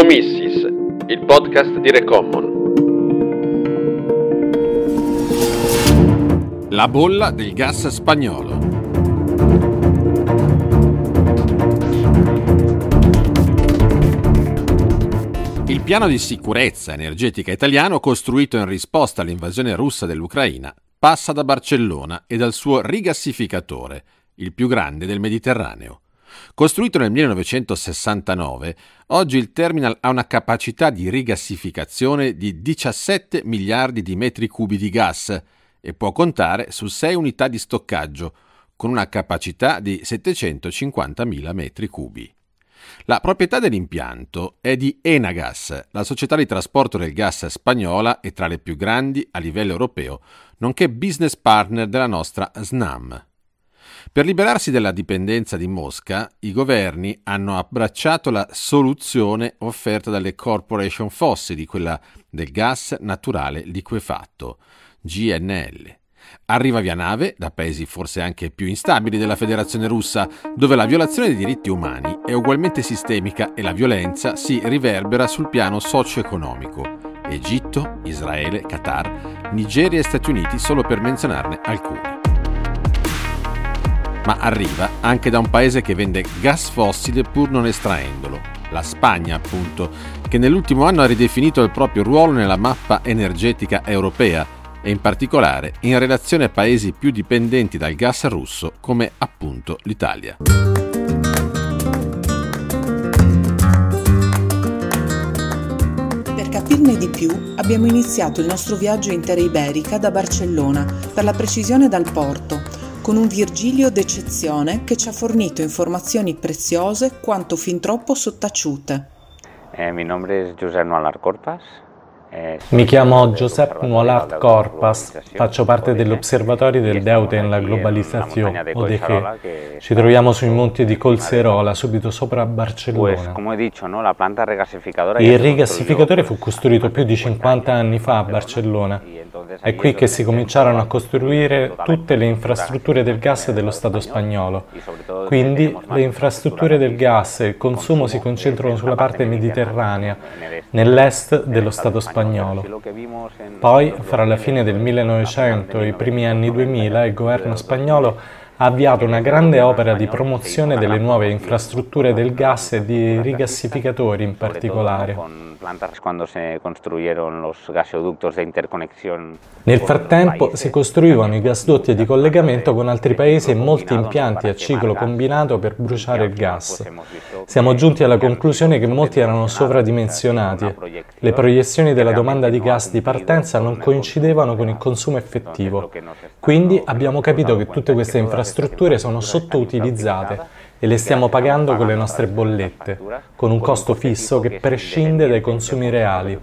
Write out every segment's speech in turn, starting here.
Economissis, il podcast di Recommon. La bolla del gas spagnolo. Il piano di sicurezza energetica italiano, costruito in risposta all'invasione russa dell'Ucraina, passa da Barcellona e dal suo rigassificatore, il più grande del Mediterraneo. Costruito nel 1969, oggi il terminal ha una capacità di rigassificazione di 17 miliardi di metri cubi di gas e può contare su 6 unità di stoccaggio, con una capacità di 750.000 metri cubi. La proprietà dell'impianto è di Enagas, la società di trasporto del gas spagnola e tra le più grandi a livello europeo, nonché business partner della nostra Snam. Per liberarsi dalla dipendenza di Mosca, i governi hanno abbracciato la soluzione offerta dalle corporation fossili, quella del gas naturale liquefatto, GNL. Arriva via nave da paesi forse anche più instabili della Federazione Russa, dove la violazione dei diritti umani è ugualmente sistemica e la violenza si riverbera sul piano socio-economico. Egitto, Israele, Qatar, Nigeria e Stati Uniti, solo per menzionarne alcuni. Ma arriva anche da un paese che vende gas fossile pur non estraendolo, la Spagna appunto, che nell'ultimo anno ha ridefinito il proprio ruolo nella mappa energetica europea e in particolare in relazione a paesi più dipendenti dal gas russo come appunto l'Italia. Per capirne di più abbiamo iniziato il nostro viaggio in terra iberica da Barcellona, per la precisione dal porto, con un Virgilio d'eccezione che ci ha fornito informazioni preziose quanto fin troppo sottaciute. Mi nome è Josep Nualart Corpas. Mi chiamo Josep Nualart Corpas, faccio parte dell'Osservatorio del Deute en la Globalizzazione, ODG. Ci troviamo sui monti di Collserola, subito sopra Barcellona. Il rigassificatore fu costruito più di 50 anni fa a Barcellona. È qui che si cominciarono a costruire tutte le infrastrutture del gas dello Stato spagnolo. Quindi le infrastrutture del gas e il consumo si concentrano sulla parte mediterranea, nell'est dello Stato spagnolo. Poi, fra la fine del 1900 e i primi anni 2000, il governo spagnolo ha avviato una grande opera di promozione delle nuove infrastrutture del gas e di rigassificatori in particolare. Nel frattempo si costruivano i gasdotti di collegamento con altri paesi e molti impianti a ciclo combinato per bruciare il gas. Siamo giunti alla conclusione che molti erano sovradimensionati. Le proiezioni della domanda di gas di partenza non coincidevano con il consumo effettivo. Quindi abbiamo capito che tutte queste infrastrutture sono sottoutilizzate e le stiamo pagando con le nostre bollette, con un costo fisso che prescinde dai consumi reali.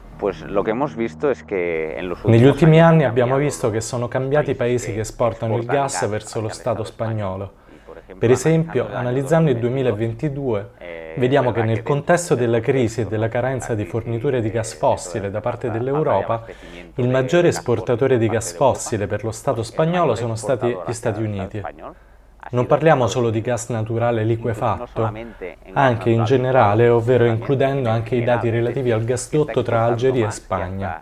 Negli ultimi anni abbiamo visto che sono cambiati i paesi che esportano il gas verso lo Stato spagnolo. Per esempio, analizzando il 2022, vediamo che nel contesto della crisi e della carenza di forniture di gas fossile da parte dell'Europa, il maggiore esportatore di gas fossile per lo Stato spagnolo sono stati gli Stati Uniti. Non parliamo solo di gas naturale liquefatto, anche in generale, ovvero includendo anche i dati relativi al gasdotto tra Algeria e Spagna.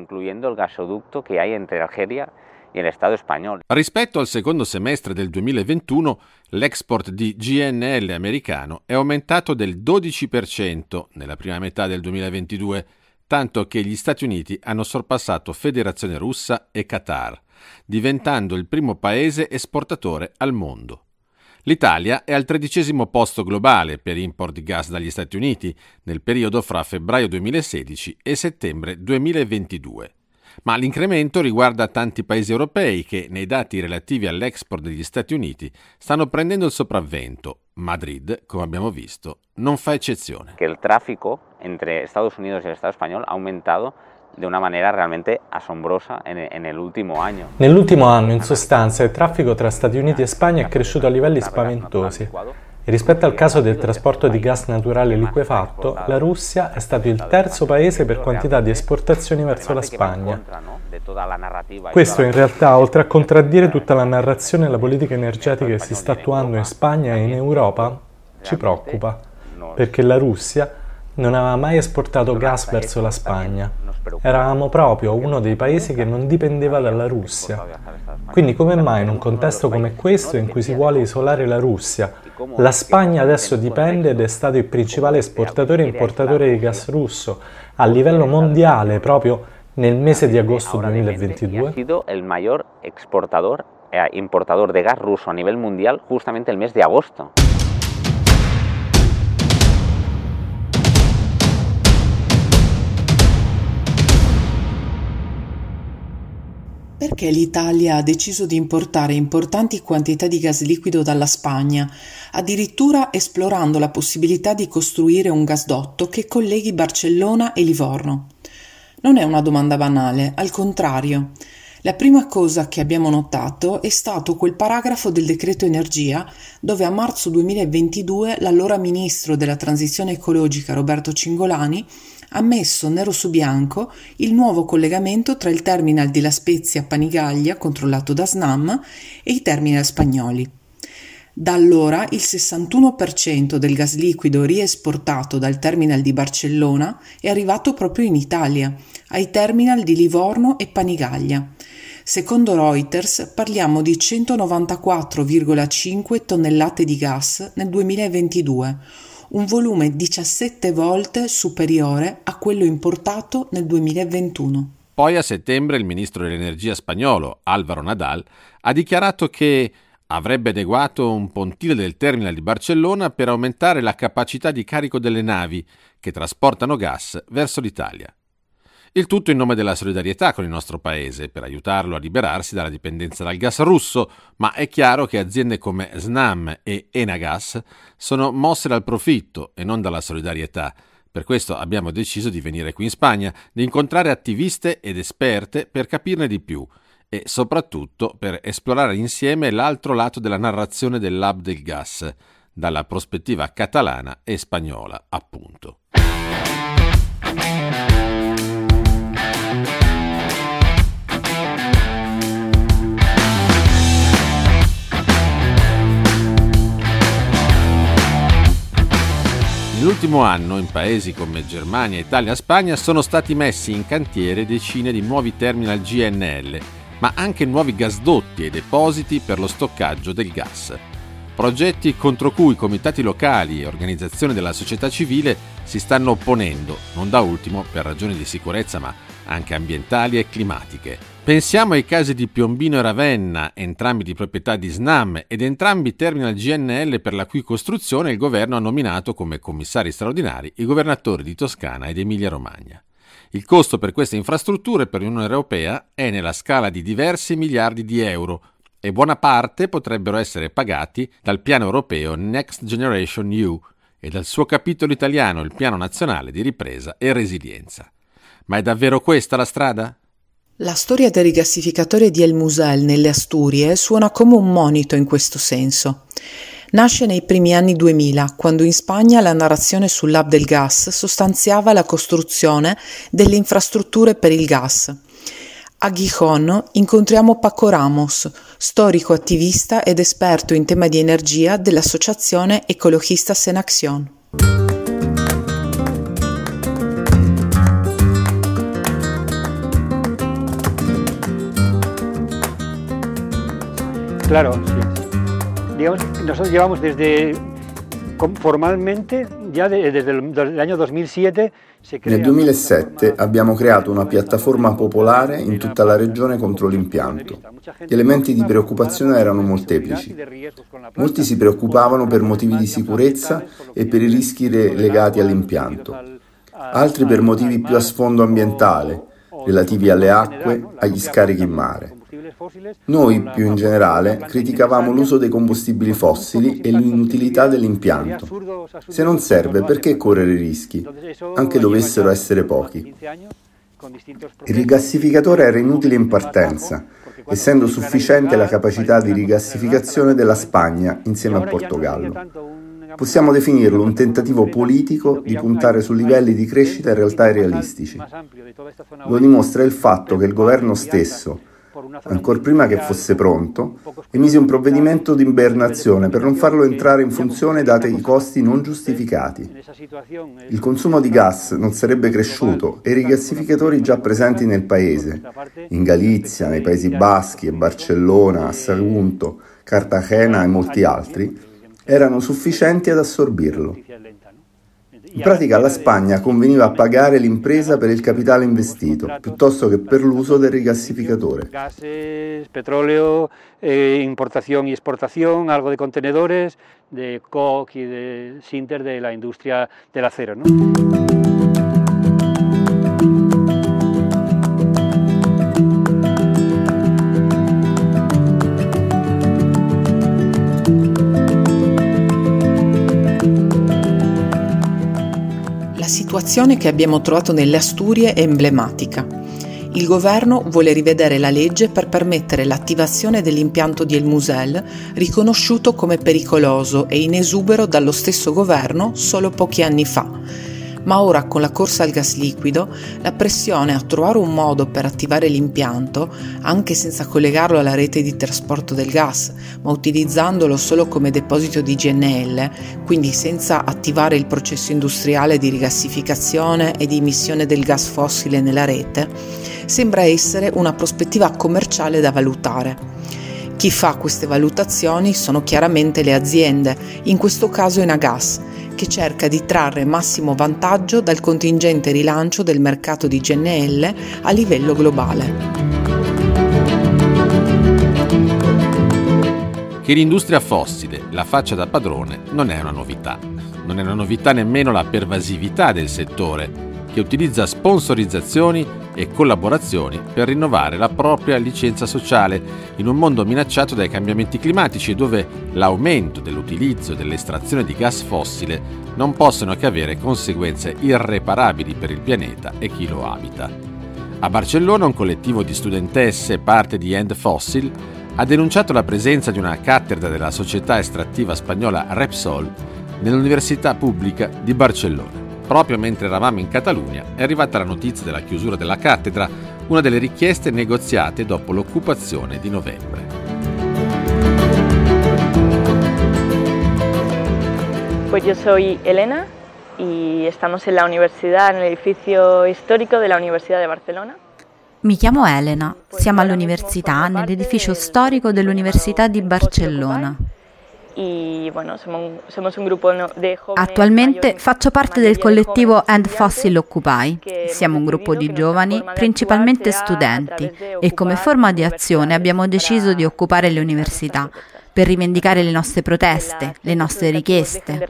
Rispetto al secondo semestre del 2021, l'export di GNL americano è aumentato del 12% nella prima metà del 2022, tanto che gli Stati Uniti hanno sorpassato Federazione Russa e Qatar, diventando il primo paese esportatore al mondo. L'Italia è al 13° posto globale per import di gas dagli Stati Uniti nel periodo fra febbraio 2016 e settembre 2022. Ma l'incremento riguarda tanti paesi europei che, nei dati relativi all'export degli Stati Uniti, stanno prendendo il sopravvento. Madrid, come abbiamo visto, non fa eccezione. Il traffico entre Estados Unidos y el Estado español ha aumentado de una manera realmente asombrosa nell'ultimo anno. Nell'ultimo anno, in sostanza, il traffico tra Stati Uniti e Spagna è cresciuto a livelli spaventosi. E rispetto al caso del trasporto di gas naturale liquefatto, la Russia è stato il terzo paese per quantità di esportazioni verso la Spagna. Questo in realtà, oltre a contraddire tutta la narrazione e la politica energetica che si sta attuando in Spagna e in Europa, ci preoccupa, perché la Russia non aveva mai esportato gas verso la Spagna. Eravamo proprio uno dei paesi che non dipendeva dalla Russia. Quindi come mai in un contesto come questo, in cui si vuole isolare la Russia, la Spagna adesso dipende ed è stato il principale esportatore e importatore di gas russo a livello mondiale proprio nel mese di agosto 2022? Ha sido el mayor exportador e importador de gas ruso a nivel mundial justamente el mes de agosto. Perché l'Italia ha deciso di importare importanti quantità di gas liquido dalla Spagna, addirittura esplorando la possibilità di costruire un gasdotto che colleghi Barcellona e Livorno? Non è una domanda banale, al contrario. La prima cosa che abbiamo notato è stato quel paragrafo del decreto energia dove a marzo 2022 l'allora ministro della transizione ecologica Roberto Cingolani ha messo nero su bianco il nuovo collegamento tra il terminal di La Spezia Panigaglia, controllato da Snam, e i terminal spagnoli. Da allora il 61% del gas liquido riesportato dal terminal di Barcellona è arrivato proprio in Italia, ai terminal di Livorno e Panigaglia. Secondo Reuters parliamo di 194,5 tonnellate di gas nel 2022, un volume 17 volte superiore a quello importato nel 2021. Poi a settembre il ministro dell'energia spagnolo, Álvaro Nadal, ha dichiarato che avrebbe adeguato un pontile del terminal di Barcellona per aumentare la capacità di carico delle navi che trasportano gas verso l'Italia. Il tutto in nome della solidarietà con il nostro paese, per aiutarlo a liberarsi dalla dipendenza dal gas russo, ma è chiaro che aziende come Snam e Enagas sono mosse dal profitto e non dalla solidarietà. Per questo abbiamo deciso di venire qui in Spagna, di incontrare attiviste ed esperte per capirne di più e soprattutto per esplorare insieme l'altro lato della narrazione dell'hub del gas, dalla prospettiva catalana e spagnola, appunto. Nell'ultimo anno, in paesi come Germania, Italia e Spagna, sono stati messi in cantiere decine di nuovi terminal GNL, ma anche nuovi gasdotti e depositi per lo stoccaggio del gas. Progetti contro cui comitati locali e organizzazioni della società civile si stanno opponendo, non da ultimo per ragioni di sicurezza ma anche ambientali e climatiche. Pensiamo ai casi di Piombino e Ravenna, entrambi di proprietà di Snam ed entrambi terminal GNL per la cui costruzione il governo ha nominato come commissari straordinari i governatori di Toscana ed Emilia-Romagna. Il costo per queste infrastrutture per l'Unione Europea è nella scala di diversi miliardi di euro e buona parte potrebbero essere pagati dal piano europeo Next Generation EU e dal suo capitolo italiano, il Piano Nazionale di Ripresa e Resilienza. Ma è davvero questa la strada? La storia del rigassificatore di El Musel nelle Asturie suona come un monito in questo senso. Nasce nei primi anni 2000, quando in Spagna la narrazione sull'hub del gas sostanziava la costruzione delle infrastrutture per il gas. A Gijón incontriamo Paco Ramos, storico attivista ed esperto in tema di energia dell'associazione Ecologistas en Acción. Claro, sí. Digamos, nosotros llevamos formalmente, già desde l'anno 2007. Nel 2007 abbiamo creato una piattaforma popolare in tutta la regione contro l'impianto. Gli elementi di preoccupazione erano molteplici. Molti si preoccupavano per motivi di sicurezza e per i rischi legati all'impianto. Altri per motivi più a sfondo ambientale, relativi alle acque, agli scarichi in mare. Noi, più in generale, criticavamo l'uso dei combustibili fossili e l'inutilità dell'impianto. Se non serve, perché correre rischi, anche dovessero essere pochi? Il rigassificatore era inutile in partenza, essendo sufficiente la capacità di rigassificazione della Spagna insieme al Portogallo. Possiamo definirlo un tentativo politico di puntare su livelli di crescita in realtà irrealistici. Lo dimostra il fatto che il governo stesso, Ancor prima che fosse pronto, emise un provvedimento di ibernazione per non farlo entrare in funzione dati i costi non giustificati. Il consumo di gas non sarebbe cresciuto e i rigassificatori già presenti nel paese, in Galizia, nei Paesi Baschi e Barcellona, a Sagunto, Cartagena e molti altri, erano sufficienti ad assorbirlo. In pratica alla Spagna conveniva pagare l'impresa per il capitale investito, piuttosto che per l'uso del rigassificatore. Gases, petróleo, importación y exportación, algo de contenedores, de Koch y de Sinter de la industria del acero, ¿no? La situazione che abbiamo trovato nelle Asturie è emblematica. Il governo vuole rivedere la legge per permettere l'attivazione dell'impianto di El Musel, riconosciuto come pericoloso e in esubero dallo stesso governo solo pochi anni fa. Ma ora, con la corsa al gas liquido, la pressione a trovare un modo per attivare l'impianto, anche senza collegarlo alla rete di trasporto del gas, ma utilizzandolo solo come deposito di GNL, quindi senza attivare il processo industriale di rigassificazione e di emissione del gas fossile nella rete, sembra essere una prospettiva commerciale da valutare. Chi fa queste valutazioni sono chiaramente le aziende, in questo caso Enagas, che cerca di trarre massimo vantaggio dal contingente rilancio del mercato di GNL a livello globale. Che l'industria fossile la faccia da padrone non è una novità. Non è una novità nemmeno la pervasività del settore, che utilizza sponsorizzazioni e collaborazioni per rinnovare la propria licenza sociale in un mondo minacciato dai cambiamenti climatici, dove l'aumento dell'utilizzo dell'estrazione di gas fossile non possono che avere conseguenze irreparabili per il pianeta e chi lo abita. A Barcellona un collettivo di studentesse, parte di End Fossil, ha denunciato la presenza di una cattedra della società estrattiva spagnola Repsol nell'Università Pubblica di Barcellona. Proprio mentre eravamo in Catalunya è arrivata la notizia della chiusura della cattedra, una delle richieste negoziate dopo l'occupazione di novembre. Pues yo soy Elena y estamos en la universidad, en el edificio histórico de la Universidad de Barcelona. Mi chiamo Elena, siamo all'università nell'edificio storico dell'Università di Barcellona. Attualmente faccio parte del collettivo End Fossil Occupy. Siamo un gruppo di giovani, principalmente studenti, e come forma di azione abbiamo deciso di occupare le università per rivendicare le nostre proteste, le nostre richieste.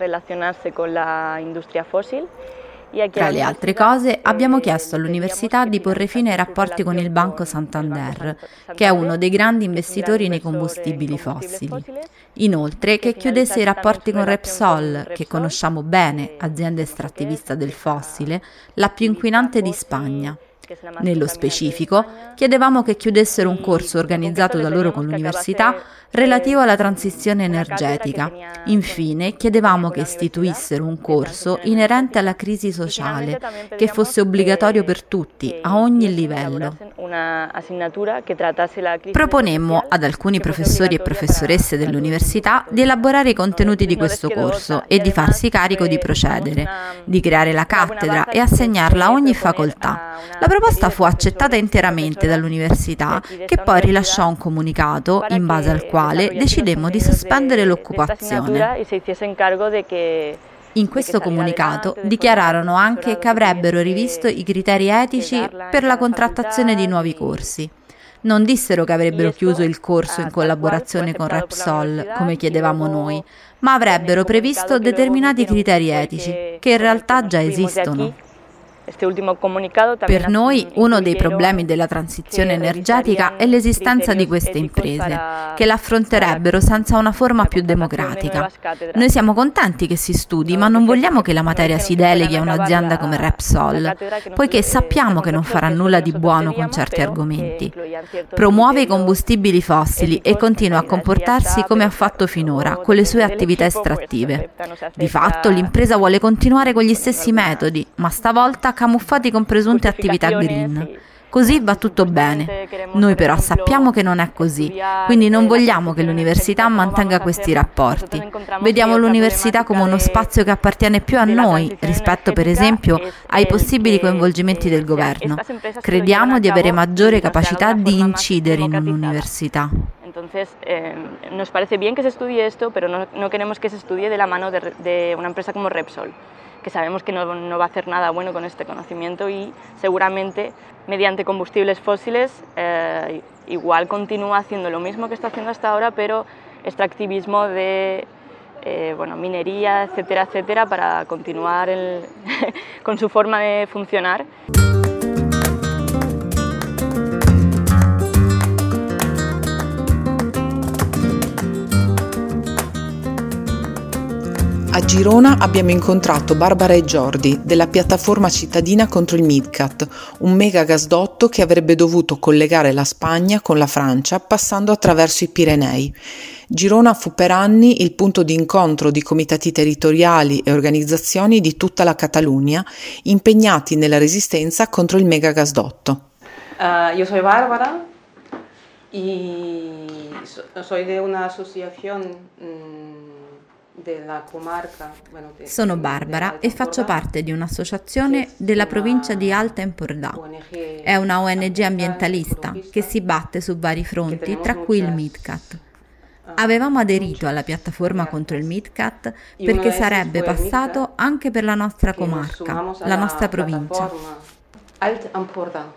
Tra le altre cose, abbiamo chiesto all'università di porre fine ai rapporti con il Banco Santander, che è uno dei grandi investitori nei combustibili fossili. Inoltre, che chiudesse i rapporti con Repsol, che conosciamo bene, azienda estrattivista del fossile, la più inquinante di Spagna. Nello specifico, chiedevamo che chiudessero un corso organizzato da loro con l'università relativo alla transizione energetica. Infine, chiedevamo che istituissero un corso inerente alla crisi sociale, che fosse obbligatorio per tutti, a ogni livello. Proponemmo ad alcuni professori e professoresse dell'università di elaborare i contenuti di questo corso e di farsi carico di procedere, di creare la cattedra e assegnarla a ogni facoltà. La proposta fu accettata interamente dall'università, che poi rilasciò un comunicato in base al quale decidemmo di sospendere l'occupazione. In questo comunicato dichiararono anche che avrebbero rivisto i criteri etici per la contrattazione di nuovi corsi. Non dissero che avrebbero chiuso il corso in collaborazione con Repsol, come chiedevamo noi, ma avrebbero previsto determinati criteri etici, che in realtà già esistono. Per noi uno dei problemi della transizione energetica è l'esistenza di queste imprese, che la affronterebbero senza una forma più democratica. Noi siamo contenti che si studi, ma non vogliamo che la materia si deleghi a un'azienda come Repsol, poiché sappiamo che non farà nulla di buono con certi argomenti. Promuove i combustibili fossili e continua a comportarsi come ha fatto finora, con le sue attività estrattive. Di fatto l'impresa vuole continuare con gli stessi metodi, ma stavolta camuffati con presunte attività green. Così va tutto bene. Noi però sappiamo che non è così, quindi non vogliamo che l'università mantenga questi rapporti. Vediamo l'università come uno spazio che appartiene più a noi rispetto, per esempio, ai possibili coinvolgimenti del governo. Crediamo di avere maggiore capacità di incidere in un'università. Entonces, nos parece bien que se estudie esto, pero no queremos que se estudie de la mano de una empresa como Repsol, que sabemos que no va a hacer nada bueno con este conocimiento y seguramente mediante combustibles fósiles igual continúa haciendo lo mismo que está haciendo hasta ahora, pero extractivismo de minería, etcétera, etcétera, para continuar con su forma de funcionar. A Girona abbiamo incontrato Barbara e Jordi della piattaforma cittadina contro il MidCat, un mega gasdotto che avrebbe dovuto collegare la Spagna con la Francia passando attraverso i Pirenei. Girona fu per anni il punto di incontro di comitati territoriali e organizzazioni di tutta la Catalunya impegnati nella resistenza contro il mega gasdotto. Io sono Barbara e sono di un'associazione della comarca. Sono Barbara e faccio parte di un'associazione della provincia di Alta Empordà. È una ONG ambientalista che si batte su vari fronti, tra cui il MidCat. Avevamo aderito alla piattaforma contro il MidCat perché sarebbe passato anche per la nostra comarca, la nostra provincia. Alta Empordà.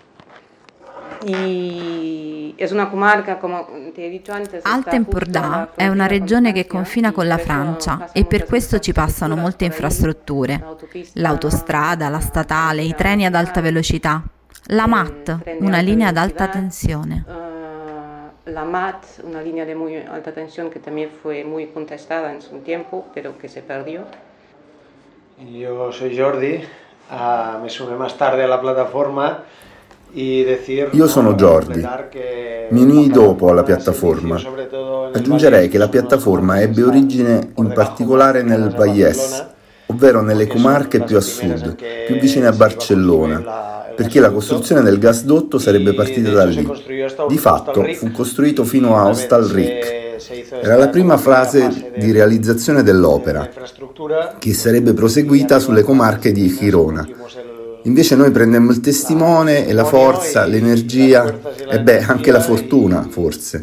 È una comarca, come ti ho detto antes, Alta Empordà è una regione che confina con la Francia e per questo ci passano molte infrastrutture. L'autostrada, la statale, i treni ad alta velocità. La MAT, una linea ad alta tensione. La MAT, una linea di muy alta tensione che también fue muy contestada en su tiempo, pero que se perdió. Yo soy Jordi, me sumé más tarde alla piattaforma. Io sono Jordi, mi unii dopo alla piattaforma. Aggiungerei che la piattaforma ebbe origine in particolare nel Vallès, ovvero nelle comarche più a sud, più vicine a Barcellona, perché la costruzione del gasdotto sarebbe partita da lì. Di fatto fu costruito fino a Hostalric. Era la prima fase di realizzazione dell'opera, che sarebbe proseguita sulle comarche di Girona. Invece noi prendemmo il testimone e la forza, l'energia e anche la fortuna, forse.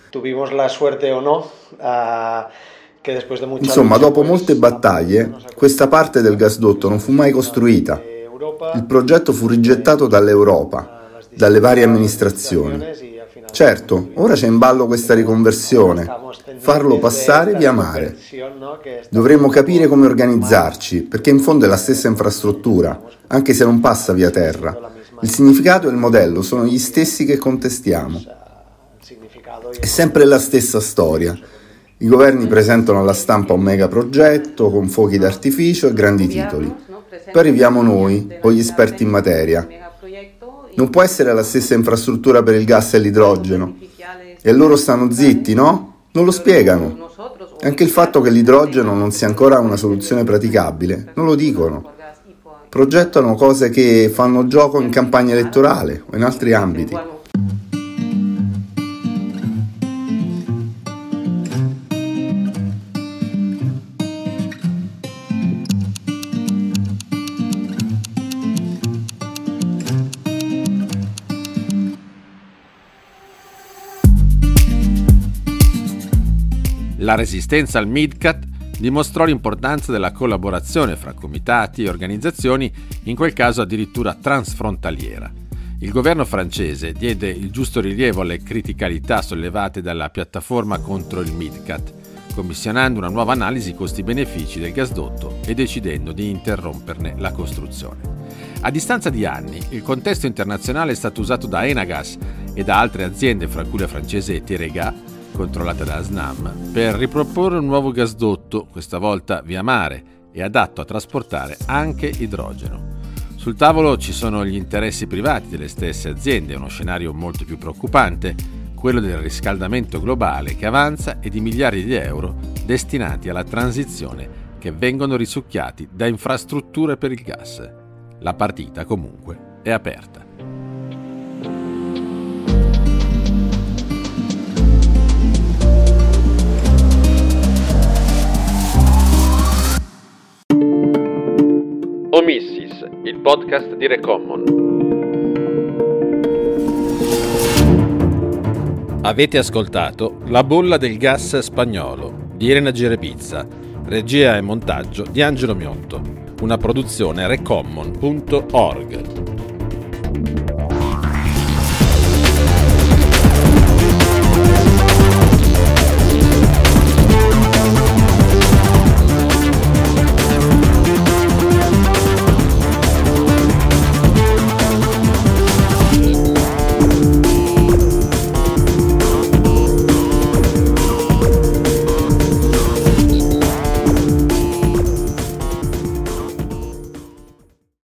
Insomma, dopo molte battaglie, questa parte del gasdotto non fu mai costruita. Il progetto fu rigettato dall'Europa, dalle varie amministrazioni. Certo, ora c'è in ballo questa riconversione, farlo passare via mare. Dovremmo capire come organizzarci, perché in fondo è la stessa infrastruttura, anche se non passa via terra. Il significato e il modello sono gli stessi che contestiamo. È sempre la stessa storia. I governi presentano alla stampa un megaprogetto con fuochi d'artificio e grandi titoli. Poi arriviamo noi, o gli esperti in materia. Non può essere la stessa infrastruttura per il gas e l'idrogeno. E loro stanno zitti, no? Non lo spiegano. Anche il fatto che l'idrogeno non sia ancora una soluzione praticabile, non lo dicono. Progettano cose che fanno gioco in campagna elettorale o in altri ambiti. La resistenza al MidCat dimostrò l'importanza della collaborazione fra comitati e organizzazioni, in quel caso addirittura transfrontaliera. Il governo francese diede il giusto rilievo alle criticalità sollevate dalla piattaforma contro il MidCat, commissionando una nuova analisi costi-benefici del gasdotto e decidendo di interromperne la costruzione. A distanza di anni, il contesto internazionale è stato usato da Enagas e da altre aziende, fra cui la francese Teréga, controllata da Snam, per riproporre un nuovo gasdotto, questa volta via mare, e adatto a trasportare anche idrogeno. Sul tavolo ci sono gli interessi privati delle stesse aziende, uno scenario molto più preoccupante, quello del riscaldamento globale che avanza e di miliardi di euro destinati alla transizione che vengono risucchiati da infrastrutture per il gas. La partita comunque è aperta. Comissis, il podcast di Recommon. Avete ascoltato La bolla del gas spagnolo di Elena Girebizza, regia e montaggio di Angelo Miotto, una produzione recommon.org.